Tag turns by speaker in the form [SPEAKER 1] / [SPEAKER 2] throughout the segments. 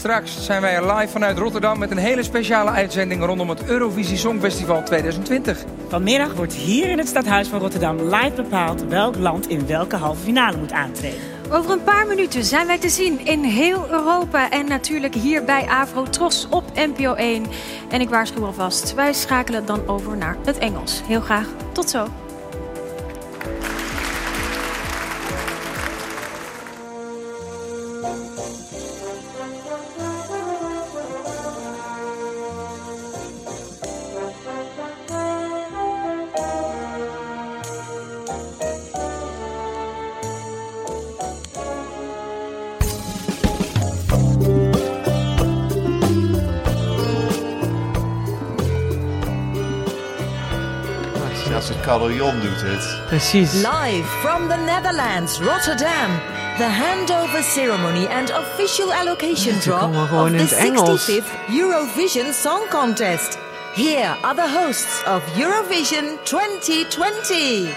[SPEAKER 1] Straks zijn wij er live vanuit Rotterdam met een hele speciale uitzending rondom het Eurovisie Songfestival 2020.
[SPEAKER 2] Vanmiddag wordt hier in het Stadhuis van Rotterdam live bepaald welk land in welke halve finale moet aantreden.
[SPEAKER 3] Over een paar minuten zijn wij te zien in heel Europa en natuurlijk hier bij Afro-Tros op NPO 1. En ik waarschuw alvast, wij schakelen dan over naar het Engels. Heel graag, tot zo.
[SPEAKER 4] Als het carillon doet het.
[SPEAKER 5] Precies.
[SPEAKER 6] Live from the Netherlands, Rotterdam. The handover ceremony and official allocation draw of the 65th Eurovision Song Contest. Here are the hosts of Eurovision 2020.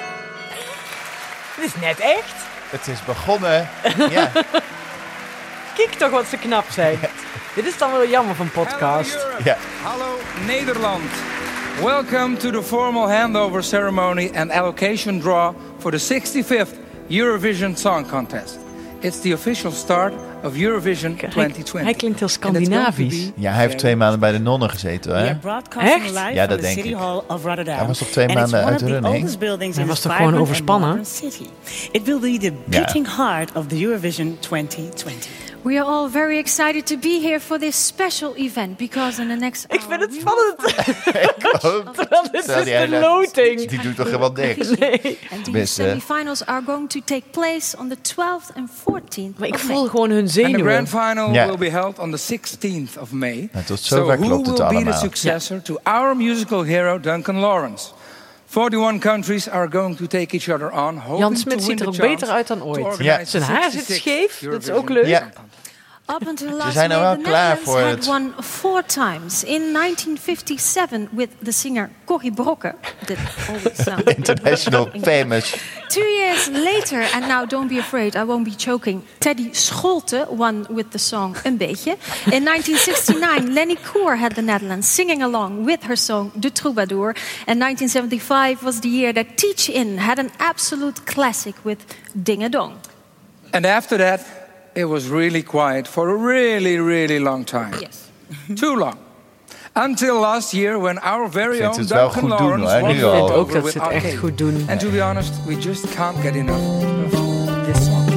[SPEAKER 5] Dit is net echt.
[SPEAKER 4] Het is begonnen. Ja.
[SPEAKER 5] Kijk toch wat ze knap zijn. Dit is dan wel jammer van podcast.
[SPEAKER 1] Ja. Hallo Nederland. Welcome to the formal handover ceremony and allocation draw for the 65th Eurovision Song Contest. It's the official start of Eurovision 2020.
[SPEAKER 5] Hij klinkt heel Scandinavisch.
[SPEAKER 4] Ja, hij heeft 2 maanden bij de nonnen gezeten, hè?
[SPEAKER 5] Echt?
[SPEAKER 4] Ja, dat denk ik. Hij was toch 2 maanden uit de running?
[SPEAKER 5] Hij was toch gewoon overspannen?
[SPEAKER 2] It will be the beating heart of the Eurovision 2020.
[SPEAKER 3] We are all very excited to be here for this special event because in the next
[SPEAKER 5] Ik vind het spannend.
[SPEAKER 4] Ik ook.
[SPEAKER 5] Dat is dus de loting.
[SPEAKER 4] Die doet toch helemaal niks?
[SPEAKER 5] Nee.
[SPEAKER 3] And these semi-finals are going to take place on the 12th and 14th.
[SPEAKER 5] Maar ik voel gewoon hun
[SPEAKER 1] And the
[SPEAKER 5] zenuwen.
[SPEAKER 1] grand final will be held on the 16th of May.
[SPEAKER 4] Tot zover klopt het
[SPEAKER 1] who will be the
[SPEAKER 4] allemaal.
[SPEAKER 1] successor to our musical hero Duncan Lawrence? 41 countries are going to take each other on.
[SPEAKER 5] Jan Smit ziet er ook beter uit dan ooit. Ja. Zijn haar zit scheef, dat is ook leuk.
[SPEAKER 4] Ja.
[SPEAKER 3] Up until
[SPEAKER 4] Ze
[SPEAKER 3] last
[SPEAKER 4] zijn nou
[SPEAKER 3] year,
[SPEAKER 4] wel
[SPEAKER 3] the
[SPEAKER 4] klaar
[SPEAKER 3] Netherlands
[SPEAKER 4] voor
[SPEAKER 3] had
[SPEAKER 4] het.
[SPEAKER 3] won 4 times. In 1957 with the singer Corrie Brokke. That always
[SPEAKER 4] International famous.
[SPEAKER 3] 2 years later, and now don't be afraid, I won't be choking. Teddy Scholte won with the song Een Beetje. In 1969, Lenny Koer had the Netherlands singing along with her song De Troubadour. And 1975 was the year that Teach In had an absolute classic with Ding a Dong.
[SPEAKER 1] And after that, it was really quiet for a really, really long time.
[SPEAKER 3] Yes.
[SPEAKER 1] Too long. Until last year when our very own
[SPEAKER 4] het wel
[SPEAKER 1] Duncan
[SPEAKER 4] goed doen,
[SPEAKER 1] Lawrence
[SPEAKER 4] hoor,
[SPEAKER 1] won
[SPEAKER 4] nu
[SPEAKER 1] the
[SPEAKER 4] al.
[SPEAKER 5] Ik vind ook
[SPEAKER 1] over
[SPEAKER 5] dat
[SPEAKER 1] with
[SPEAKER 5] ze het echt
[SPEAKER 1] Arcade.
[SPEAKER 5] goed doen.
[SPEAKER 1] And to be honest, we just can't get enough of this song.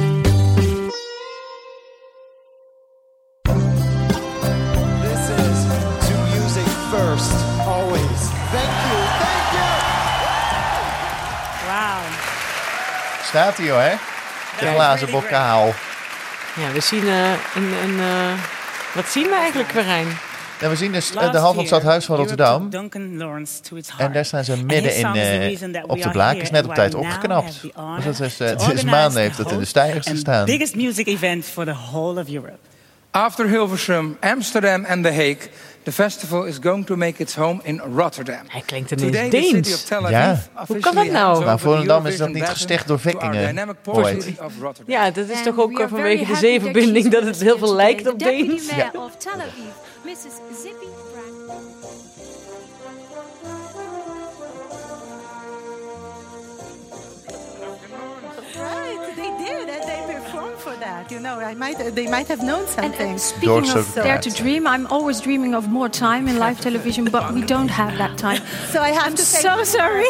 [SPEAKER 7] This is to music first, always. Thank you, thank you.
[SPEAKER 2] Wauw.
[SPEAKER 4] Staat hij, hoor. De glazen bokaal.
[SPEAKER 5] Ja, we zien wat zien we eigenlijk, Quirijn?
[SPEAKER 4] Ja, we zien dus de Halfstadhuis van Rotterdam. En daar staan ze midden in op de Blaak. Is net op tijd opgeknapt. Dus dat is maanden heeft dat in de stijgers gestaan.
[SPEAKER 2] The biggest music event for the whole of Europe.
[SPEAKER 1] After Hilversum, Amsterdam and The Hague, the festival is going to make its home in Rotterdam.
[SPEAKER 5] Hij klinkt
[SPEAKER 1] Today,
[SPEAKER 5] ineens
[SPEAKER 1] the city of
[SPEAKER 5] Deens.
[SPEAKER 1] Tel Aviv
[SPEAKER 4] Ja.
[SPEAKER 5] Hoe kan dat nou?
[SPEAKER 1] hands over
[SPEAKER 4] Maar
[SPEAKER 1] the
[SPEAKER 4] Volendam is dat
[SPEAKER 1] Eurovision
[SPEAKER 4] niet
[SPEAKER 1] baton
[SPEAKER 4] gesticht door
[SPEAKER 1] to our
[SPEAKER 4] Vikingen
[SPEAKER 1] dynamic
[SPEAKER 4] ooit.
[SPEAKER 1] city of Rotterdam.
[SPEAKER 5] Ja, dat is
[SPEAKER 3] And
[SPEAKER 5] toch
[SPEAKER 3] we
[SPEAKER 5] ook
[SPEAKER 3] are
[SPEAKER 5] vanwege
[SPEAKER 3] very
[SPEAKER 5] de
[SPEAKER 3] happy that
[SPEAKER 5] zeeverbinding
[SPEAKER 3] she's
[SPEAKER 5] dat
[SPEAKER 3] with
[SPEAKER 5] het
[SPEAKER 3] us
[SPEAKER 5] heel veel
[SPEAKER 3] today.
[SPEAKER 5] lijkt op
[SPEAKER 3] The Deputy
[SPEAKER 5] Deens.
[SPEAKER 3] Mayor of Tel Aviv, Mrs. Zippy Brand.
[SPEAKER 8] Right, they did, and they performed for that. You know, they might have known something.
[SPEAKER 3] And speaking
[SPEAKER 4] Doors
[SPEAKER 3] of
[SPEAKER 4] of
[SPEAKER 3] Dare
[SPEAKER 4] Praat.
[SPEAKER 3] to Dream, I'm always dreaming of more time in live television, but we don't have that time.
[SPEAKER 8] So I have
[SPEAKER 3] I'm
[SPEAKER 8] to say,
[SPEAKER 3] so sorry.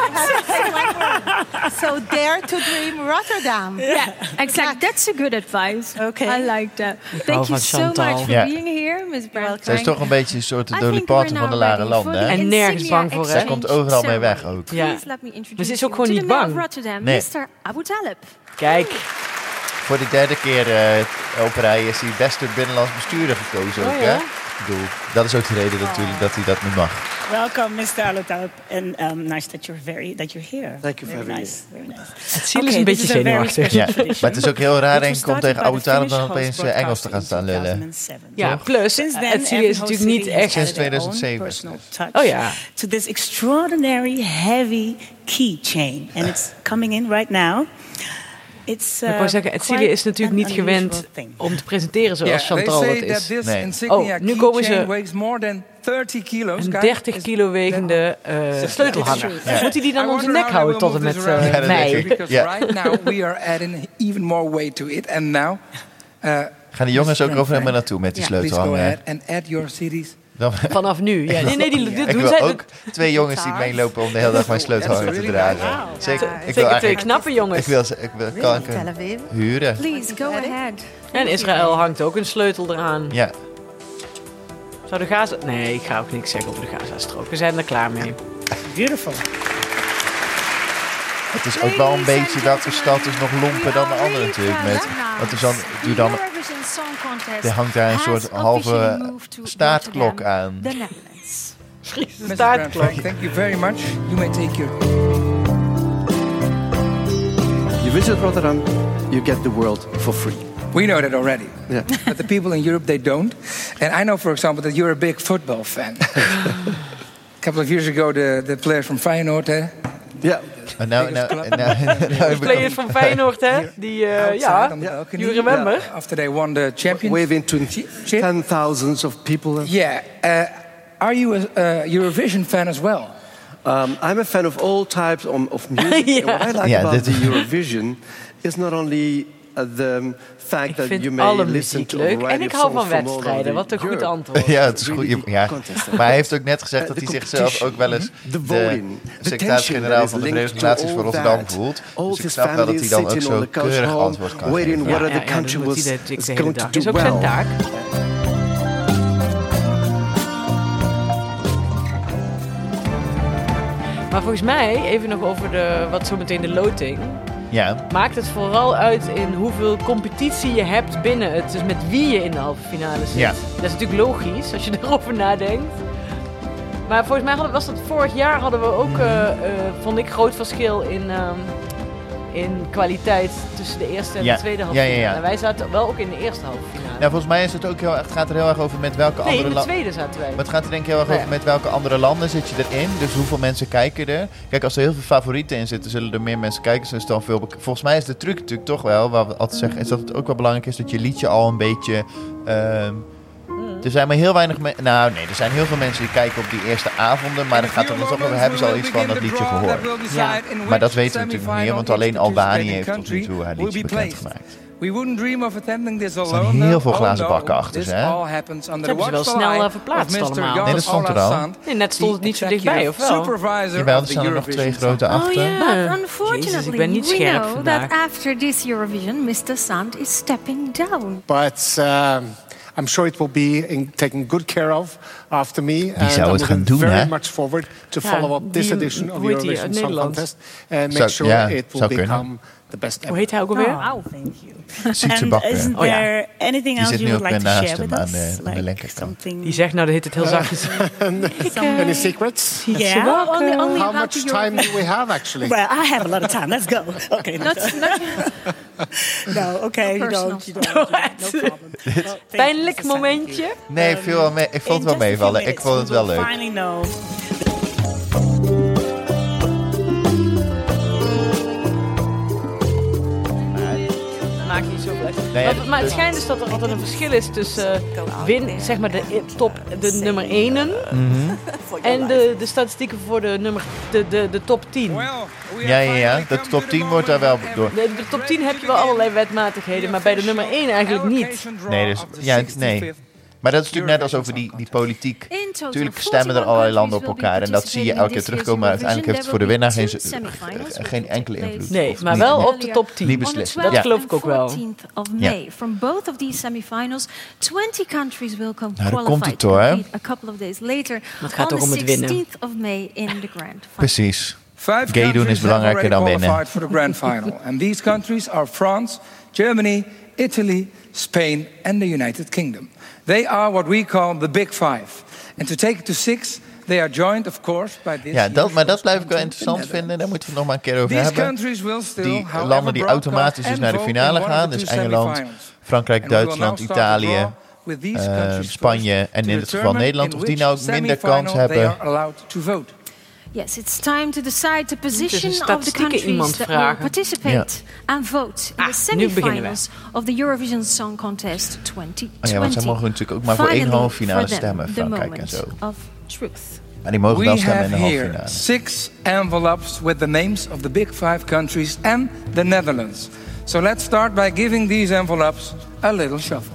[SPEAKER 8] so Dare to Dream Rotterdam.
[SPEAKER 3] Yeah, exactly. That's a good advice.
[SPEAKER 8] Okay.
[SPEAKER 3] I like that. Thank you
[SPEAKER 5] van
[SPEAKER 3] so
[SPEAKER 5] Chantal.
[SPEAKER 3] much for
[SPEAKER 4] Ja.
[SPEAKER 3] being here, Ms. Brandt.
[SPEAKER 4] Zij is toch een beetje een soort
[SPEAKER 3] I
[SPEAKER 4] Dolly
[SPEAKER 3] think
[SPEAKER 4] Parton
[SPEAKER 3] we're
[SPEAKER 4] van de
[SPEAKER 3] now
[SPEAKER 4] lage
[SPEAKER 3] ready
[SPEAKER 4] landen,
[SPEAKER 3] for the
[SPEAKER 4] hè?
[SPEAKER 5] En nergens
[SPEAKER 3] insignia
[SPEAKER 5] bang voor, hè?
[SPEAKER 4] Zij komt overal mee weg
[SPEAKER 3] ceremony.
[SPEAKER 4] ook.
[SPEAKER 5] Ja.
[SPEAKER 3] Please let me introduce
[SPEAKER 5] Maar ze is
[SPEAKER 3] you
[SPEAKER 5] ook gewoon
[SPEAKER 3] to
[SPEAKER 5] niet
[SPEAKER 3] the mayor of
[SPEAKER 5] bang.
[SPEAKER 3] Rotterdam,
[SPEAKER 4] Nee.
[SPEAKER 3] Mr. Abu Talib.
[SPEAKER 5] Kijk,
[SPEAKER 4] Voor de derde keer op rij is hij beste binnenlands bestuurder gekozen ook,
[SPEAKER 5] Oh,
[SPEAKER 4] hè?
[SPEAKER 5] ja?
[SPEAKER 4] Ik bedoel, dat is ook de reden natuurlijk dat hij dat nu mag.
[SPEAKER 2] Welcome, Mr. Alutalib, and nice that you're here.
[SPEAKER 7] Thank you for
[SPEAKER 2] Very
[SPEAKER 7] having
[SPEAKER 2] nice, very nice.
[SPEAKER 5] het ziel is een beetje zenuwachtig.
[SPEAKER 4] Ja, maar het is ook heel raar denk ik om tegen Abu Talib dan opeens Engels te gaan staan lullen.
[SPEAKER 5] Ja, plus, het ziel is natuurlijk niet echt...
[SPEAKER 4] Sinds 2007.
[SPEAKER 5] Oh ja.
[SPEAKER 2] To this extraordinary heavy keychain, and it's coming in right now.
[SPEAKER 5] Ik wou zeggen, Edcilia is natuurlijk niet gewend om te presenteren zoals Chantal het is. Nee. Nu komen ze een 30 kilo wegende sleutelhanger. Ja. Moet hij die dan om zijn nek houden tot en met mei?
[SPEAKER 1] Right now we are adding even more weight to it. And now
[SPEAKER 4] gaan de jongens ook over helemaal naartoe met die sleutelhanger?
[SPEAKER 1] And add your cities.
[SPEAKER 5] Vanaf nu. Ja. Nee,
[SPEAKER 4] ik wil ook 2 jongens die meelopen om de hele dag mijn sleutelhanger te dragen.
[SPEAKER 5] Wow. Zeker 2 knappe jongens.
[SPEAKER 4] Kan ik huren.
[SPEAKER 3] Please, go ahead.
[SPEAKER 5] En Israël hangt ook een sleutel eraan.
[SPEAKER 4] Ja.
[SPEAKER 5] Zou de Gaza... Nee, ik ga ook niks zeggen over de Gaza-strook. We zijn er klaar mee.
[SPEAKER 2] Beautiful.
[SPEAKER 4] Het is ook wel een beetje welke stad is nog lomper dan de andere natuurlijk. Want er hangt daar een soort halve staartklok aan.
[SPEAKER 1] Staartklok. Thank you very much. You may take your...
[SPEAKER 9] You visit Rotterdam, you get the world for free.
[SPEAKER 1] We know that already. Yeah. But the people in Europe, they don't. And I know, for example, that you're a big football fan. A couple of years ago, the players from Feyenoord...
[SPEAKER 9] Yeah.
[SPEAKER 5] The players from Feyenoord, hè? Die, you remember?
[SPEAKER 1] After they won the championship.
[SPEAKER 9] We've into 10,000 of people.
[SPEAKER 1] Yeah. Are you a Eurovision fan as well?
[SPEAKER 9] I'm a fan of all types of music. What I like about the Eurovision is not only the fact that you may listen to
[SPEAKER 5] leuk. En ik hou van wedstrijden. Wat een goed antwoord.
[SPEAKER 4] Ja, het is goed. Ja. Maar hij heeft ook net gezegd dat hij zichzelf ook wel eens de secretaris-generaal van de Verenigde Naties voor Rotterdam voelt. Dus ik snap wel dat hij dan ook zo keurig antwoord kan geven.
[SPEAKER 5] Ja, dat moet hij de hele dag. Is ook zijn taak. Maar volgens mij, even nog over wat zometeen de loting...
[SPEAKER 4] Ja.
[SPEAKER 5] Maakt het vooral uit in hoeveel competitie je hebt binnen het. Dus met wie je in de halve finale zit. Ja. Dat is natuurlijk logisch als je erover nadenkt. Maar volgens mij was dat vorig jaar hadden we ook, vond ik, groot verschil in kwaliteit tussen de eerste en de tweede halve finale. Ja. En wij zaten wel ook in de eerste halve finale.
[SPEAKER 4] Ja, volgens mij is het ook het gaat er heel erg over met welke andere landen.
[SPEAKER 5] Nee, in de tweede zaten wij.
[SPEAKER 4] Maar het gaat er denk ik heel erg over met welke andere landen zit je erin. Dus hoeveel mensen kijken er. Kijk, als er heel veel favorieten in zitten, zullen er meer mensen kijken. Dus dan volgens mij is de truc natuurlijk toch wel, waar we altijd zeggen, is dat het ook wel belangrijk is dat je liedje al een beetje... Er zijn maar heel weinig mensen... Nou, nee, er zijn heel veel mensen die kijken op die eerste avonden. Maar dan gaat het er toch over, hebben ze al iets van dat liedje gehoord. Ja. Maar dat weten we natuurlijk niet meer, want alleen Albanië heeft tot nu toe haar liedje bekendgemaakt. Er zijn heel veel glazen bakken achter ze, hè?
[SPEAKER 5] Ze hebben ze wel snel verplaatst allemaal.
[SPEAKER 4] Nee, dat stond er al.
[SPEAKER 5] Nee, net stond het niet zo dichtbij, of wel?
[SPEAKER 4] Jawel, er staan er nog 2 grote achter.
[SPEAKER 3] But unfortunately, we know that after this Eurovision, Mr. Sand is stepping down.
[SPEAKER 10] But... I'm sure it will be taken good care of after me.
[SPEAKER 4] Die zou het gaan doen, hè?
[SPEAKER 10] Very much forward to follow up this edition of the Eurovision Song Contest and make sure it will become the best ever.
[SPEAKER 5] Hoe heet hij ook alweer?
[SPEAKER 2] Oh, thank you.
[SPEAKER 4] Sietse Bakker.
[SPEAKER 2] Is there anything else you would like to share with us?
[SPEAKER 4] Aan de linkerkant.
[SPEAKER 5] Die zegt nou, dat heet het heel zachtjes.
[SPEAKER 10] Any secrets?
[SPEAKER 2] Yeah.
[SPEAKER 3] Only
[SPEAKER 10] How much time do we have, actually?
[SPEAKER 2] Well, I have a lot of time. Let's go. Okay. No, okay. You don't. No problem.
[SPEAKER 5] Pijnlijk momentje?
[SPEAKER 4] Nee, ik vond het wel meevallen. Ik vond het wel leuk.
[SPEAKER 5] Maak je zo blij. Nee, maar het schijnt dus dat er altijd een verschil is tussen zeg maar de nummer 1 en de statistieken voor de top 10.
[SPEAKER 4] Ja, de top 10 wordt daar wel door.
[SPEAKER 5] De top 10 heb je wel allerlei wetmatigheden, maar bij de nummer 1 eigenlijk niet.
[SPEAKER 4] Nee. Maar dat is natuurlijk net als over die politiek. Natuurlijk stemmen er allerlei landen op elkaar. En dat zie je elke keer terugkomen. Maar uiteindelijk heeft het voor de winnaar geen enkele invloed.
[SPEAKER 5] Nee, maar wel op de top 10.
[SPEAKER 4] Niet beslist.
[SPEAKER 5] Dat geloof ik ook wel.
[SPEAKER 3] From both of these semifinals, 20 countries will come
[SPEAKER 4] qualified to compete
[SPEAKER 3] a couple of days later.
[SPEAKER 5] Het gaat ook om het winnen.
[SPEAKER 3] On the 16th of May in the grand final.
[SPEAKER 4] Precies. Gay doen is belangrijker dan winnen.
[SPEAKER 1] For the grand final. And these countries are France, Germany, Italy, Spain and the United Kingdom. They are what we call the Big Five. And to take it to 6, they are joined, of course, by this...
[SPEAKER 4] Ja, maar dat blijf ik wel interessant vinden. Daar moeten we het nog maar een keer over hebben. Die landen die automatisch dus naar de finale gaan. Dus Engeland, Frankrijk, Duitsland, Italië, Spanje en in dit geval Nederland. Of die nou minder kans hebben...
[SPEAKER 3] Yes, it's time to decide the position of the countries that will participate and vote in the semi-finals of the Eurovision Song Contest 2020.
[SPEAKER 4] Ja, want zij mogen natuurlijk ook maar voor 1 halve finale stemmen, Frankrijk en zo.
[SPEAKER 3] Of truth.
[SPEAKER 4] Maar die mogen wel stemmen in de halve finale.
[SPEAKER 1] We have here 6 envelopes with the names of the big 5 countries and the Netherlands. So let's start by giving these envelopes a little shuffle.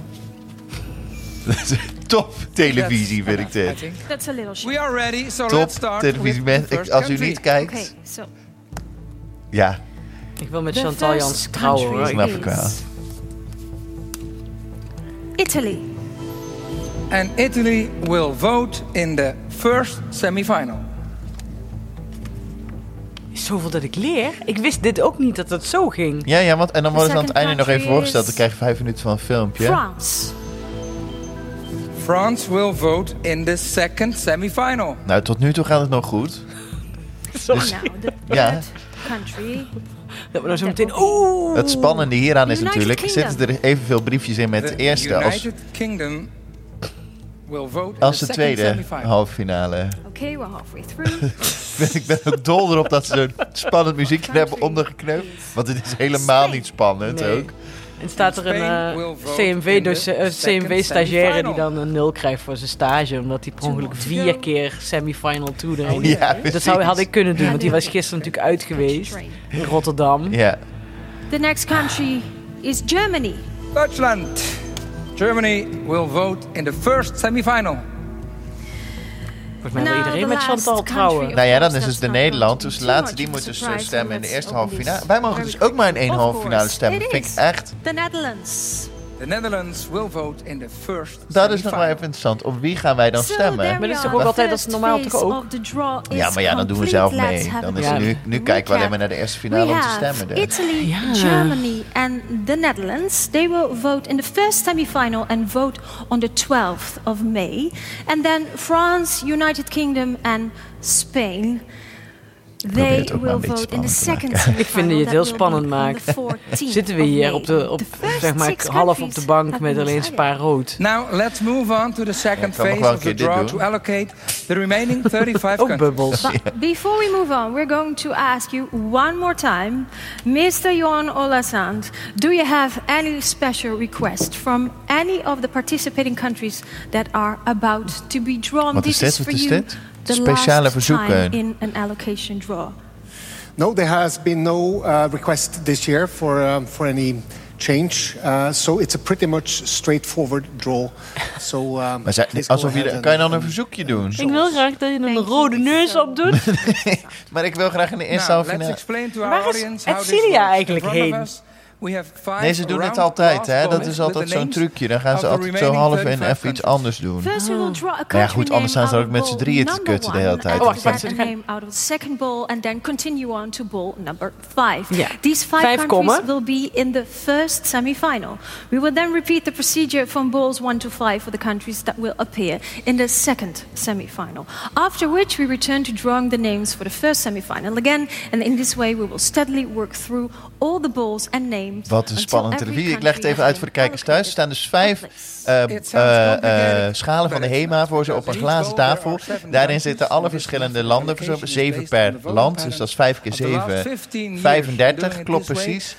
[SPEAKER 4] Top televisie vind ik dit.
[SPEAKER 3] That's a little shuffle.
[SPEAKER 1] We are ready, so
[SPEAKER 4] top
[SPEAKER 1] let's start
[SPEAKER 4] televisie.
[SPEAKER 1] with the first
[SPEAKER 4] Als u
[SPEAKER 1] country.
[SPEAKER 4] niet kijkt...
[SPEAKER 3] Okay, so
[SPEAKER 4] ja.
[SPEAKER 5] Ik wil met Chantal Jans trouwen, hoor.
[SPEAKER 4] Snap ik wel.
[SPEAKER 3] Italy.
[SPEAKER 1] And Italy will vote in the first semi-final.
[SPEAKER 5] Zoveel dat ik leer. Ik wist dit ook niet dat het zo ging.
[SPEAKER 4] Ja, want en dan worden ze aan het einde nog even voorgesteld. Dan krijg je 5 minuten van een filmpje.
[SPEAKER 1] France will vote in the second semi-final.
[SPEAKER 4] Nou, tot nu toe gaat het nog goed.
[SPEAKER 3] Dus, country.
[SPEAKER 5] Dat we dan zo meteen...
[SPEAKER 4] Het spannende hieraan is natuurlijk... Zitten er evenveel briefjes in met de eerste als de tweede halve finale.
[SPEAKER 3] Okay, we're halfway through.
[SPEAKER 4] Ik ben ook dol erop dat ze zo'n spannend muziekje hebben ondergeknoopt. Want het is helemaal niet spannend ook.
[SPEAKER 5] En staat er een CMW-stagiaire die dan een 0 krijgt voor zijn stage. Omdat hij per ongeluk 4 keer semifinal toedeed.
[SPEAKER 4] Ja,
[SPEAKER 5] dat had ik kunnen doen, want die was gisteren natuurlijk uit geweest. In Rotterdam.
[SPEAKER 4] Ja.
[SPEAKER 3] The next country is Germany.
[SPEAKER 1] Duitsland. Germany will vote in the first semi-final.
[SPEAKER 5] Volgens mij wil iedereen met Chantal trouwen.
[SPEAKER 4] Nou ja, dan is dus de Nederland. Dus laatste die moet dus stemmen in de eerste halve finale. Wij mogen dus ook maar in 1 halve finale stemmen. Dat vind ik echt...
[SPEAKER 3] The Netherlands.
[SPEAKER 1] The Netherlands will vote in the first
[SPEAKER 4] Dat is nog wel even interessant. Op wie gaan wij dan stemmen?
[SPEAKER 5] Maar dat is toch ook altijd als normaal toch ook?
[SPEAKER 4] Ja, maar dan doen we zelf mee. Dan is nu kijken we alleen maar naar de eerste finale om te stemmen. Dus.
[SPEAKER 3] Italy, Germany and the Netherlands. They will vote in the first semi-final and vote on the 12th of May. And then France, United Kingdom and Spain. They will vote in the second semi-final.
[SPEAKER 5] Ik vind dat je het heel spannend maakt. Zitten we hier zeg maar half op de bank met alleen spaarrood.
[SPEAKER 1] Now let's move on to the second phase of the draw to allocate the remaining 35 countries.
[SPEAKER 3] But before we move on, we're going to ask you one more time, Mr. Johan Olasand, do you have any special request from any of the participating countries that are about to be drawn?
[SPEAKER 4] Wat is dit? Wat is dit? Speciale verzoeken.
[SPEAKER 3] In an allocation draw.
[SPEAKER 10] No, there has been no request this year for any change. So it's a pretty much straightforward draw. So,
[SPEAKER 4] kan je dan een verzoekje doen?
[SPEAKER 5] Ik wil graag dat je een rode neus op doet.
[SPEAKER 4] Maar ik wil graag in de eerste halve finale.
[SPEAKER 5] Waar is Edcilia eigenlijk heen?
[SPEAKER 4] Nee, ze doen het altijd, hè. Dat is altijd zo'n trucje. Dan gaan ze altijd zo half in even iets anders doen. Ja, goed, anders staan ze ook met z'n drieën te kutten de hele tijd.
[SPEAKER 3] Wacht, name out of the second bowl and then continue on to bowl number 5. Yeah. These 5 countries will be in the first semi-final. We will then repeat the procedure from bowls 1 to 5 for the countries that will appear in the second semi-final. After which we return to drawing the names for the first semi-final again, and in this way we will steadily work through all the bowls and names.
[SPEAKER 4] Wat een spannende televisie. Ik leg het even uit voor de kijkers thuis. Er staan dus 5 schalen van de HEMA voor ze op een glazen tafel. Daarin zitten alle verschillende landen. 7 per land. Dus dat is 5 keer 7. 35, klopt precies.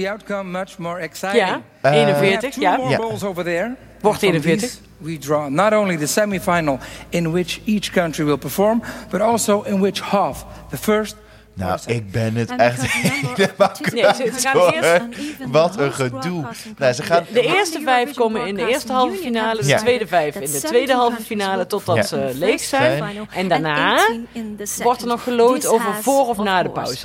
[SPEAKER 5] Ja, 41. Ja. Wordt 41.
[SPEAKER 1] We draw not only the semi-final in which each country will perform, but also in which half, the first.
[SPEAKER 4] Nou, ik ben het echt helemaal Wat een gedoe. Nou,
[SPEAKER 5] de eerste 5 komen in de eerste halve finale, de tweede 5 in de tweede halve finale, totdat ze leeg zijn. En daarna wordt er nog geloot over voor of na de pauze.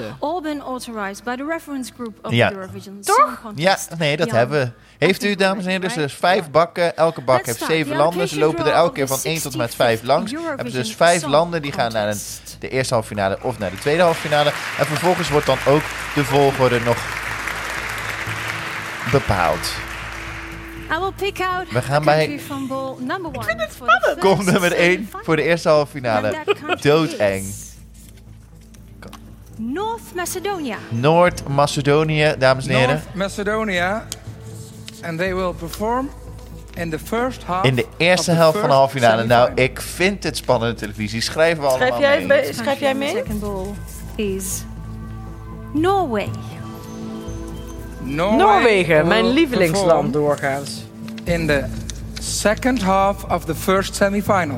[SPEAKER 4] Ja. Toch? Ja, nee, dat hebben we. Heeft u, dames en heren, dus 5 bakken. Elke bak heeft 7 landen. Ze lopen er elke keer van 1 tot en met 5 langs. Hebben dus 5 landen die gaan naar de eerste halve finale of naar de tweede halve finale. En vervolgens wordt dan ook de volgorde nog bepaald. We gaan bij... Ik vind het spannend. Kom nummer 1 voor de eerste halve finale. Doodeng. Noord-Macedonië, dames en heren.
[SPEAKER 1] North Macedonia. And they will perform
[SPEAKER 4] In de eerste helft van de halve finale. Nou, ik vind dit spannende televisie. Schrijven we allemaal mee.
[SPEAKER 5] Schrijf jij mee?
[SPEAKER 3] The second ball is Norway.
[SPEAKER 5] Noorwegen, mijn lievelingsland doorgaans.
[SPEAKER 1] In the second half of the first semi-final.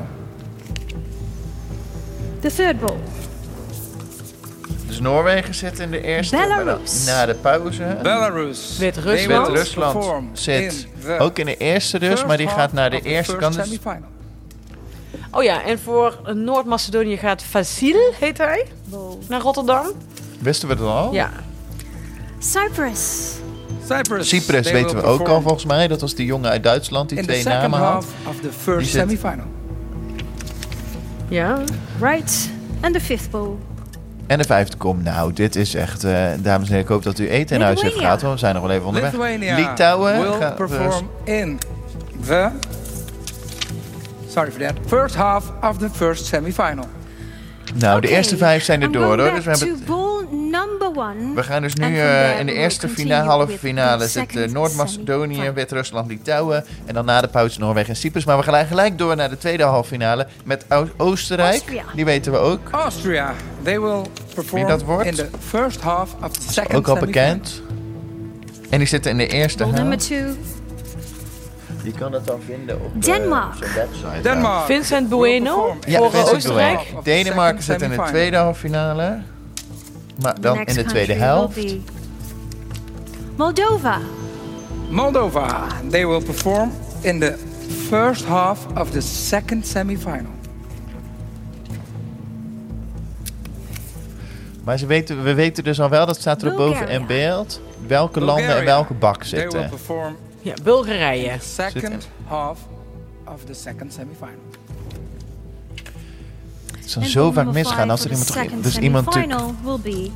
[SPEAKER 3] The third ball.
[SPEAKER 4] Dus Noorwegen zit in de eerste.
[SPEAKER 3] Belarus.
[SPEAKER 4] Na de pauze.
[SPEAKER 1] Belarus.
[SPEAKER 4] Wit-Rusland zit ook in de eerste dus, maar die gaat naar de eerste kant.
[SPEAKER 5] Oh ja, en voor Noord-Macedonië gaat Vasil, heet hij, naar Rotterdam.
[SPEAKER 4] Wisten we dat al?
[SPEAKER 5] Ja.
[SPEAKER 4] Cyprus weten we ook al volgens mij. Dat was die jongen uit Duitsland die 2 namen had.
[SPEAKER 1] Die zit...
[SPEAKER 5] Ja.
[SPEAKER 3] Right. And the fifth ball.
[SPEAKER 4] En de 5e komt. Nou, dit is echt... dames en heren, ik hoop dat u eten in huis heeft gehad. Want we zijn nog wel even onderweg. Litouwen
[SPEAKER 1] will perform in the... Sorry for that. First half of the first semi-final.
[SPEAKER 4] Nou, de eerste 5 zijn er door, hoor. Dus we hebben...
[SPEAKER 3] Number 1.
[SPEAKER 4] We gaan dus nu in de eerste halve finale zitten Noord-Macedonië, Wit-Rusland, Litouwen. En dan na de pauze Noorwegen en Cyprus. Maar we gaan gelijk door naar de tweede halve finale met Oostenrijk.
[SPEAKER 3] Austria.
[SPEAKER 4] Die weten we ook.
[SPEAKER 1] Austria. They will perform in the first half of the second
[SPEAKER 4] ook al bekend. En die zitten in de eerste helft.
[SPEAKER 3] Number 2.
[SPEAKER 4] Je kan het dan vinden op
[SPEAKER 3] Denmark.
[SPEAKER 4] zo'n website.
[SPEAKER 1] Denmark.
[SPEAKER 5] Vincent Bueno
[SPEAKER 4] voor
[SPEAKER 5] Oostenrijk.
[SPEAKER 4] Denemarken zit in de tweede halve finale. Maar dan in de tweede helft.
[SPEAKER 3] Moldova.
[SPEAKER 1] They will perform in the first half of the second semi-final.
[SPEAKER 4] Maar we weten dus al wel, dat staat er boven in beeld, welke landen en welke bak
[SPEAKER 1] They will
[SPEAKER 4] zitten.
[SPEAKER 1] perform
[SPEAKER 5] Ja, Bulgarije.
[SPEAKER 1] in the second half of the second semi-final.
[SPEAKER 4] Het zal zo vaak misgaan als er iemand toch... Dus iemand natuurlijk...
[SPEAKER 3] will be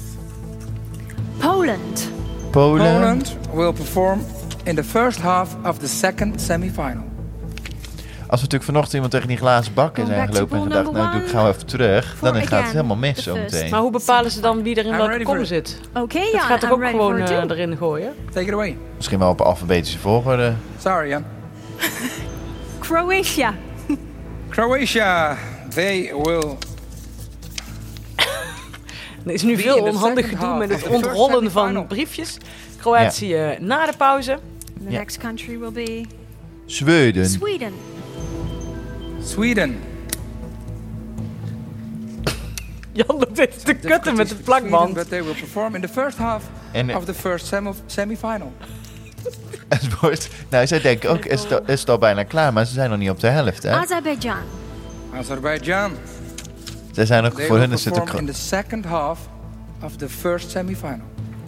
[SPEAKER 3] Poland.
[SPEAKER 1] Poland will perform in the first half of the second semi-final.
[SPEAKER 4] Als we natuurlijk vanochtend iemand tegen die glazen bakken zijn gelopen en gedacht, nou ik ga even terug, dan gaat het helemaal mis zo meteen.
[SPEAKER 5] Maar hoe bepalen ze dan wie er in welke kom zit?
[SPEAKER 3] Okay,
[SPEAKER 5] dat
[SPEAKER 3] Jan,
[SPEAKER 5] gaat er ook
[SPEAKER 3] I'm
[SPEAKER 5] gewoon
[SPEAKER 3] ready for
[SPEAKER 5] erin gooien?
[SPEAKER 1] Take it away.
[SPEAKER 4] Misschien wel op alfabetische volgorde.
[SPEAKER 1] Sorry, Jan.
[SPEAKER 3] Croatia.
[SPEAKER 1] They will...
[SPEAKER 5] Er is nu veel onhandig gedoe met het ontrollen van briefjes. Kroatië na de pauze.
[SPEAKER 3] The next country will be
[SPEAKER 4] Zweden.
[SPEAKER 5] Jan loopt even te kutten met de plakband.
[SPEAKER 1] But they will perform in the first half of the first semi-final.
[SPEAKER 4] Nou, zij denken ook, is het al bijna klaar, maar ze zijn nog niet op de helft, hè?
[SPEAKER 3] Azerbeidzjan.
[SPEAKER 4] Zij zijn ook voor hun is het
[SPEAKER 1] in the second half of the first semi-final.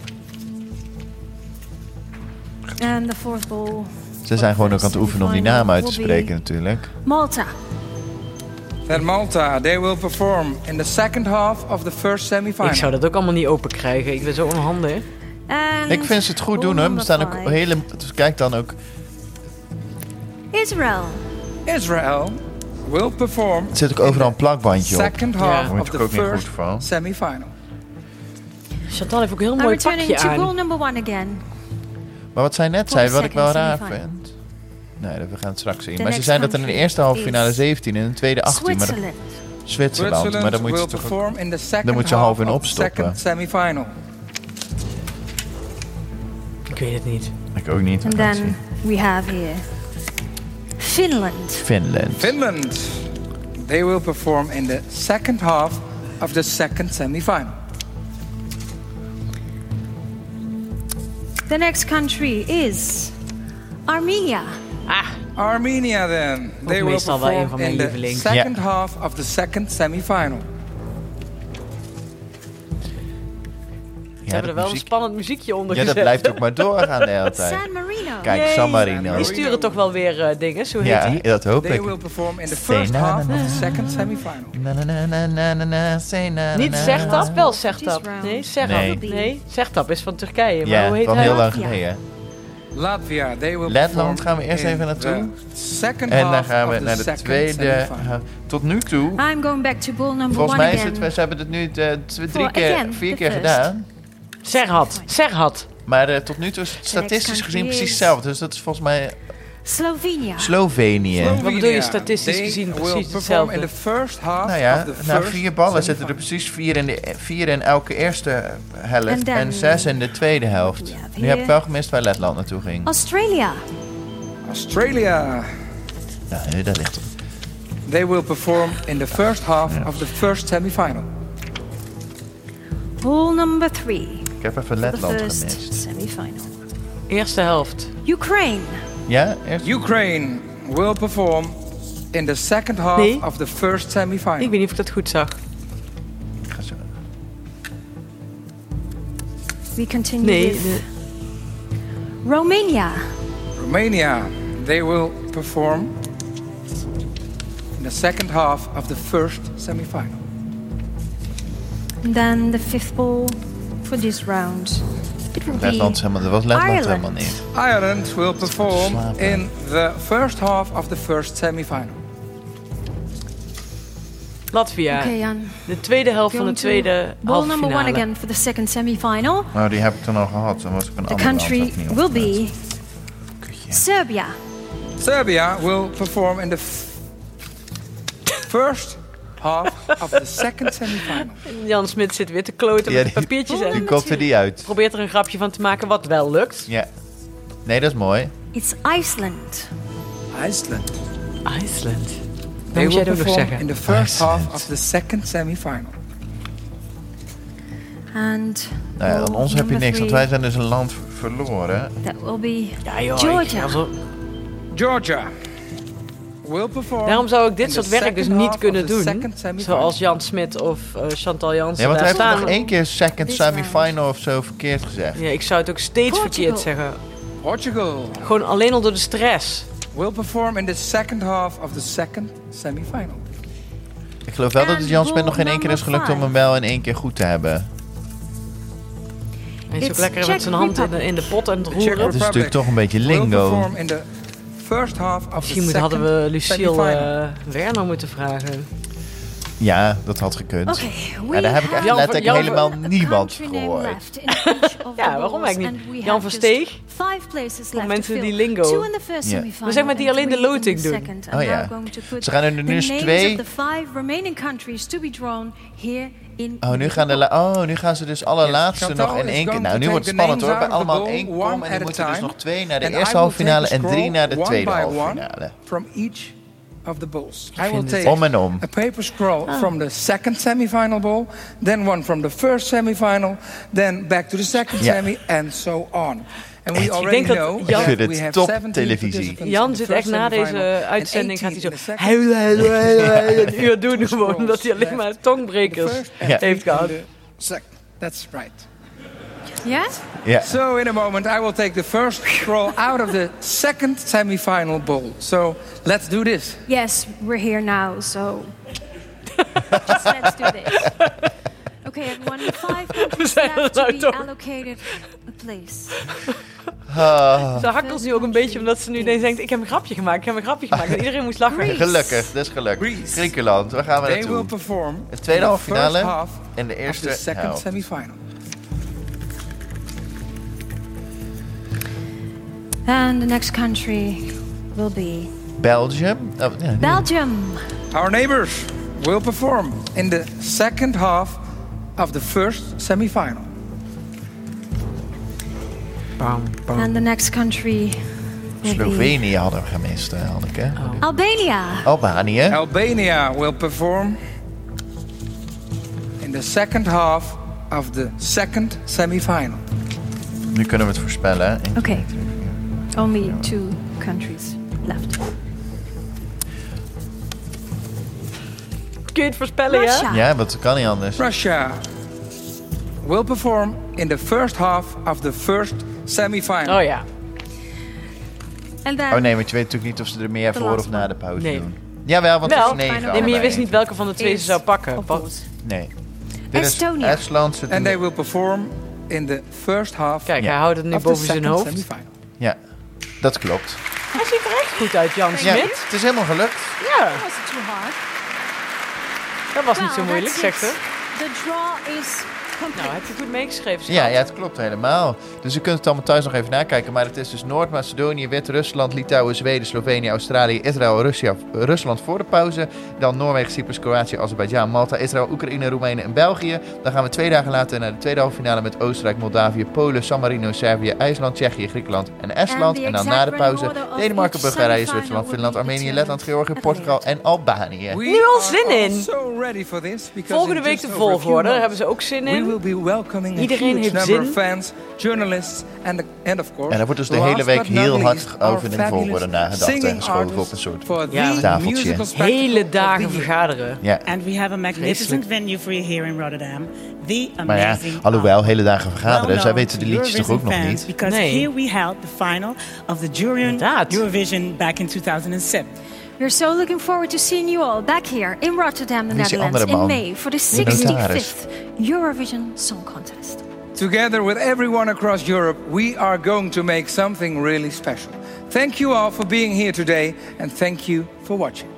[SPEAKER 3] And the fourth ball.
[SPEAKER 4] Ze zijn gewoon ook aan het oefenen om die naam uit te spreken natuurlijk.
[SPEAKER 3] Malta.
[SPEAKER 1] Then Malta, they will perform in the second half of the first semi-final.
[SPEAKER 5] Ik zou dat ook allemaal niet open krijgen. Ik ben zo onhandig.
[SPEAKER 4] Ik vind ze het goed doen, hoor. Er staan ook hele... Dus kijk dan ook...
[SPEAKER 3] Israel
[SPEAKER 1] will perform...
[SPEAKER 4] Er zit ook overal een plakbandje op.
[SPEAKER 1] Second half
[SPEAKER 4] Daar
[SPEAKER 1] of the
[SPEAKER 4] ook niet
[SPEAKER 1] first
[SPEAKER 4] goed van.
[SPEAKER 1] semi-final.
[SPEAKER 5] Chantal heeft ook een heel mooi pakje aan.
[SPEAKER 3] Ball number 1 again.
[SPEAKER 4] Maar wat zij net zei, wat ik wel raar vind... Nee, we gaan het straks zien. Maar ze zijn dat er in de eerste halve finale 17 en in de tweede 18. Maar Zwitserland. Maar dan moet je toch ook, dan moet je half in opstoppen.
[SPEAKER 5] Ik weet het niet.
[SPEAKER 4] Ik ook niet.
[SPEAKER 3] And then we have here
[SPEAKER 4] Finland.
[SPEAKER 1] They will perform in the second half of the second semi-final.
[SPEAKER 3] The next country is Armenia.
[SPEAKER 1] Armenia then. They will perform in the second half of the second semi-final.
[SPEAKER 5] Ze hebben er wel een spannend muziekje onder gezet.
[SPEAKER 4] Ja, dat blijft ook maar doorgaan de hele tijd.
[SPEAKER 3] San Marino.
[SPEAKER 4] Kijk, San Marino.
[SPEAKER 5] Die sturen toch wel weer dingen, zo heet die?
[SPEAKER 4] Ja, dat hoop ik.
[SPEAKER 1] They will perform in the first half of the second semi-final.
[SPEAKER 5] Niet Sertab, wel Sertab. Nee, Sertab. Nee, Sertab is van Turkije. Maar hoe heet
[SPEAKER 4] van
[SPEAKER 5] hij?
[SPEAKER 4] Heel lang geleden.
[SPEAKER 1] Latvia, they will
[SPEAKER 4] Letland gaan we eerst even naartoe. En dan gaan we naar de tweede. Tot nu toe.
[SPEAKER 3] I'm going back to ball number
[SPEAKER 4] volgens
[SPEAKER 3] 1
[SPEAKER 4] mij is het, ze hebben het nu 4 keer gedaan.
[SPEAKER 5] Serhat.
[SPEAKER 4] Maar tot nu toe is het statistisch gezien precies hetzelfde. Dus dat is volgens mij Slovenië.
[SPEAKER 5] Wat bedoel je statistisch gezien precies hetzelfde?
[SPEAKER 4] Nou ja, na 4 ballen zitten er precies 4 in elke eerste helft en 6 in de tweede helft. Nu heb ik wel gemist waar Letland naartoe ging.
[SPEAKER 3] Australia.
[SPEAKER 4] Ja, nee, dat ligt er.
[SPEAKER 1] They will perform in the first half of the first semi-final.
[SPEAKER 3] Pool number 3.
[SPEAKER 4] Ik heb even Letland gemist.
[SPEAKER 3] Semi-final.
[SPEAKER 5] Eerste helft.
[SPEAKER 3] Ukraine.
[SPEAKER 4] Ja,
[SPEAKER 1] Ukraine will perform in the second half of the first semi-final.
[SPEAKER 5] Ik weet niet of ik dat goed zag.
[SPEAKER 4] Ga zo.
[SPEAKER 3] We continue with Romania.
[SPEAKER 1] They will perform in the second half of the first semi-final.
[SPEAKER 3] And then the 5th pool for this round.
[SPEAKER 4] Letland helemaal niet.
[SPEAKER 1] Ireland will perform in the first half of the first semi-final.
[SPEAKER 5] Latvia.
[SPEAKER 3] Okay, Jan.
[SPEAKER 5] De tweede helft van de tweede halve finale.
[SPEAKER 3] Number 1 again for the second semi-final.
[SPEAKER 4] Nou, die heb ik dan al gehad. Dan was ik een
[SPEAKER 3] the country will be Serbia.
[SPEAKER 1] Serbia will perform in the first half of the second semi-final.
[SPEAKER 5] Jan Smit zit weer te kloten met de papiertjes en
[SPEAKER 4] die komt er niet uit.
[SPEAKER 5] Probeert er een grapje van te maken wat wel lukt.
[SPEAKER 4] Ja. Nee, dat is mooi.
[SPEAKER 3] It's Iceland.
[SPEAKER 1] They will perform in the first half of the second semi-final.
[SPEAKER 3] And
[SPEAKER 4] nou ja, aan ons heb je niks, want wij zijn dus een land verloren.
[SPEAKER 3] That will be
[SPEAKER 1] Georgia. Will perform.
[SPEAKER 5] Daarom zou ik dit soort werk dus niet kunnen doen. Zoals Jan Smit of Chantal Jansen.
[SPEAKER 4] Ja, want hij heeft nog 1 keer second semi-final of zo verkeerd gezegd.
[SPEAKER 5] Ja, ik zou het ook steeds verkeerd zeggen.
[SPEAKER 1] Portugal.
[SPEAKER 5] Gewoon alleen al door de stress.
[SPEAKER 1] Will perform in the second half of the second semi-final.
[SPEAKER 4] Ik geloof wel dat het Jan Smit nog geen 1 keer is gelukt om hem wel in 1 keer goed te hebben.
[SPEAKER 5] Hij is ook lekker met zijn hand in de pot en het roeren.
[SPEAKER 4] Het is natuurlijk toch een beetje lingo.
[SPEAKER 5] Misschien hadden we Lucille Werner moeten vragen.
[SPEAKER 4] Ja, dat had gekund. Ja, daar heb ik echt letterlijk helemaal niemand gehoord.
[SPEAKER 5] Ja, waarom eigenlijk niet? Jan Versteeg? Voor mensen die lingo.
[SPEAKER 3] Ja.
[SPEAKER 5] Maar zeg maar die alleen de loting doen.
[SPEAKER 4] Oh ja. Ze gaan er nu dus 2... Oh, nu gaan ze dus alle laatste nog in 1 keer. Nou, nu wordt het spannend hoor. Bij allemaal 1 kom en nu moeten dus nog 2 naar de eerste halve finale en 3 naar de tweede halve finale.
[SPEAKER 1] Of the bowls.
[SPEAKER 4] I will take
[SPEAKER 1] a paper scroll from the second semi-final bowl, then one from the first semi-final, then back to the second semi, and so on. And we already know
[SPEAKER 4] that we have top 17 televisie.
[SPEAKER 5] Jan zit echt na deze uitzending, gaat hij zo een uur doen gewoon, omdat hij alleen maar tongbrekers heeft gehad.
[SPEAKER 1] That's right.
[SPEAKER 3] Yeah?
[SPEAKER 1] So in a moment I will take the first scroll out of the second semi-final bowl. So let's do this.
[SPEAKER 3] Yes, we're here now, so just let's do this. Okay, everyone, 5 countries left to be allocated a place.
[SPEAKER 5] Ze hakkelt nu ook een beetje omdat ze nu denkt, ik heb een grapje gemaakt. En iedereen moest lachen.
[SPEAKER 4] Gelukkig, dat is gelukt. Griekenland, waar gaan we naartoe? De tweede halve finale en de eerste
[SPEAKER 1] second semi-final.
[SPEAKER 3] And the next country will be
[SPEAKER 4] Belgium.
[SPEAKER 3] Belgium.
[SPEAKER 1] Our neighbors will perform in the second half of the first semi-final.
[SPEAKER 3] And the next country will
[SPEAKER 4] Slovenië hadden we gemist, Hanneke.
[SPEAKER 1] Albania will perform in the second half of the second semi-final.
[SPEAKER 4] Nu kunnen we het voorspellen.
[SPEAKER 3] Okay. Only 2 countries left.
[SPEAKER 5] Kun je het voorspellen,
[SPEAKER 3] Russia.
[SPEAKER 4] Ja, dat kan niet anders.
[SPEAKER 1] Russia will perform in the first half of the first semi-final.
[SPEAKER 5] Oh ja.
[SPEAKER 4] Oh nee, want je weet natuurlijk niet of ze er meer voor of na de pauze doen. Jawel, want het is 9.
[SPEAKER 5] Nee, maar je wist niet welke van de 2 ze zou pakken.
[SPEAKER 4] Nee. Dit is
[SPEAKER 3] Estonia.
[SPEAKER 4] Estland.
[SPEAKER 1] And they will perform in the first half.
[SPEAKER 5] Kijk, hij houdt het nu boven zijn hoofd.
[SPEAKER 4] Ja, dat klopt.
[SPEAKER 5] Hij ziet er echt goed uit, Jan Smit.
[SPEAKER 4] Ja, het is helemaal gelukt.
[SPEAKER 5] Ja. Dat was niet zo moeilijk, zegt ze.
[SPEAKER 3] The draw is
[SPEAKER 5] Nou, heb je goed meegeschreven?
[SPEAKER 4] Ja, het klopt helemaal. Dus je kunt het allemaal thuis nog even nakijken. Maar het is dus Noord-Macedonië, Wit-Rusland, Litouwen, Zweden, Slovenië, Australië, Israël, Rusland voor de pauze. Dan Noorwegen, Cyprus, Kroatië, Azerbeidzjan, Malta, Israël, Oekraïne, Roemenië en België. Dan gaan we 2 dagen later naar de tweede halve finale met Oostenrijk, Moldavië, Polen, San Marino, Servië, IJsland, Tsjechië, Griekenland en Estland. En dan na de pauze Denemarken, Bulgarije, Zwitserland, Finland, Armenië, Letland, Georgië, Portugal en Albanië.
[SPEAKER 5] Nu al zin in. Volgende week de volgorde, daar hebben ze ook zin in. Iedereen heeft zin.
[SPEAKER 1] Fans, journalists and of course.
[SPEAKER 4] En daar wordt dus de hele week heel hard over in de volgorde nagedacht en geschoven op een soort tafeltje.
[SPEAKER 5] Hele dagen vergaderen.
[SPEAKER 2] Ja. And we have a magnificent venue for you here in Rotterdam. The amazing.
[SPEAKER 4] Maar ja, alhoewel hele dagen vergaderen, zij weten de liedjes toch ook nog niet.
[SPEAKER 2] Because here we held the final of the Eurovision back in 2007.
[SPEAKER 3] We're so looking forward to seeing you all back here in Rotterdam, the Netherlands, in May for the 65th Eurovision Song Contest.
[SPEAKER 1] Together with everyone across Europe, we are going to make something really special. Thank you all for being here today, and thank you for watching.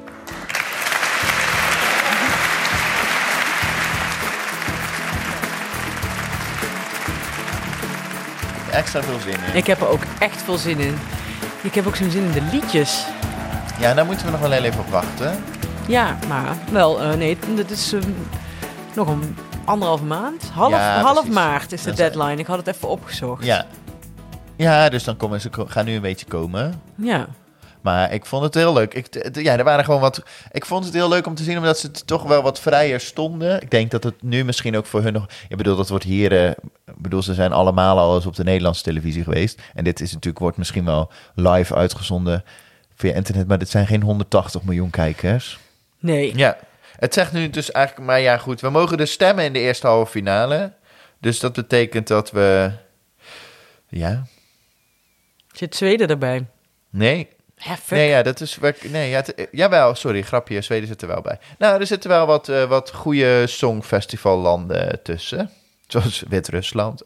[SPEAKER 4] Extra veel zin in.
[SPEAKER 5] Ik heb er ook echt veel zin in. Ik heb ook zo'n zin in de liedjes.
[SPEAKER 4] Ja, daar moeten we nog wel heel even op wachten.
[SPEAKER 5] Ja, maar wel, dit is nog een 1,5 maand. Half maart is de deadline. Ik had het even opgezocht.
[SPEAKER 4] Ja, dus dan gaan nu een beetje komen.
[SPEAKER 5] Ja.
[SPEAKER 4] Maar ik vond het heel leuk. Er waren gewoon wat. Ik vond het heel leuk om te zien, omdat ze toch wel wat vrijer stonden. Ik denk dat het nu misschien ook voor hun nog. Ik bedoel, dat wordt hier. Ze zijn allemaal al eens op de Nederlandse televisie geweest. En dit is natuurlijk, wordt misschien wel live uitgezonden via internet. Maar dit zijn geen 180 miljoen kijkers.
[SPEAKER 5] Nee.
[SPEAKER 4] Ja. Het zegt nu dus eigenlijk. Maar ja, goed. We mogen dus stemmen in de eerste halve finale. Dus dat betekent dat we. Ja.
[SPEAKER 5] Zit Zweden erbij?
[SPEAKER 4] Nee.
[SPEAKER 5] Ja,
[SPEAKER 4] nee, ja, dat is... Nee, ja, jawel, sorry, grapje, Zweden zit er wel bij. Nou, er zitten wel wat goede songfestivallanden tussen. Zoals Wit-Rusland.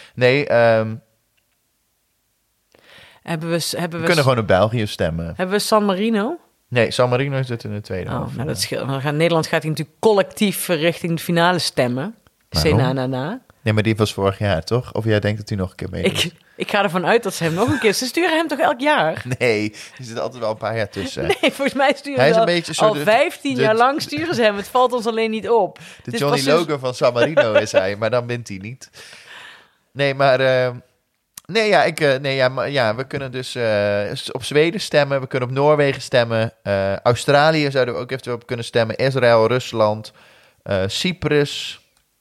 [SPEAKER 5] We
[SPEAKER 4] kunnen gewoon op België stemmen.
[SPEAKER 5] Hebben we San Marino?
[SPEAKER 4] Nee, San Marino zit in de tweede halve.
[SPEAKER 5] Nou, dat scheelt. Nederland gaat hier natuurlijk collectief richting de finale stemmen. Na.
[SPEAKER 4] Nee, maar die was vorig jaar, toch? Of jij denkt dat hij nog een keer mee
[SPEAKER 5] Ik ga ervan uit dat ze hem nog een keer... Ze sturen hem toch elk jaar?
[SPEAKER 4] Nee, er zit altijd wel een paar jaar tussen.
[SPEAKER 5] Nee, volgens mij sturen ze al 15 jaar lang sturen ze hem. Het valt ons alleen niet op.
[SPEAKER 4] De Johnny Logan van San Marino is hij, maar dan wint hij niet. Nee, maar... we kunnen dus op Zweden stemmen. We kunnen op Noorwegen stemmen. Australië zouden we ook eventueel op kunnen stemmen. Israël, Rusland, Cyprus...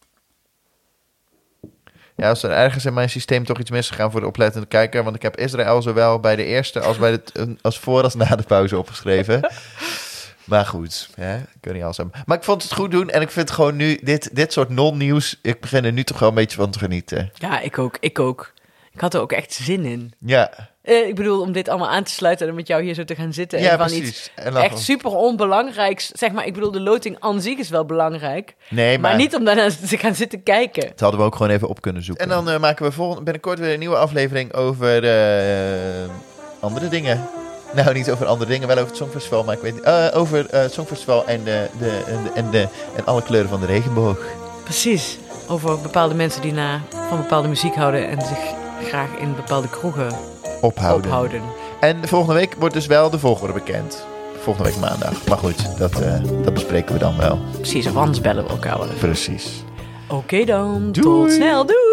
[SPEAKER 4] Ja, als er ergens in mijn systeem toch iets misgegaan voor de oplettende kijker. Want ik heb Israël zowel bij de eerste als voor als na de pauze opgeschreven. Maar goed, ik kan niet alles hebben. Maar ik vond het goed doen en ik vind gewoon nu dit soort non-nieuws. Ik begin er nu toch wel een beetje van te genieten.
[SPEAKER 5] Ja, ik ook. Ik had er ook echt zin in.
[SPEAKER 4] Ja.
[SPEAKER 5] Ik bedoel, om dit allemaal aan te sluiten en met jou hier zo te gaan zitten. En van precies. Iets echt super onbelangrijks. Zeg maar, ik bedoel, de loting aan zich is wel belangrijk.
[SPEAKER 4] Nee,
[SPEAKER 5] maar niet om daarna te gaan zitten kijken.
[SPEAKER 4] Dat hadden we ook gewoon even op kunnen zoeken. En dan maken we binnenkort weer een nieuwe aflevering over andere dingen. Nou, niet over andere dingen, wel over het Songfestival, maar ik weet niet. Over het Songfestival en alle kleuren van de regenboog.
[SPEAKER 5] Precies. Over bepaalde mensen die van bepaalde muziek houden en zich graag in bepaalde kroegen ophouden.
[SPEAKER 4] En volgende week wordt dus wel de volgorde bekend. Volgende week maandag. Maar goed, dat bespreken we dan wel.
[SPEAKER 5] Precies, of anders bellen we elkaar wel even.
[SPEAKER 4] Precies.
[SPEAKER 5] Oké dan, tot snel. Doei!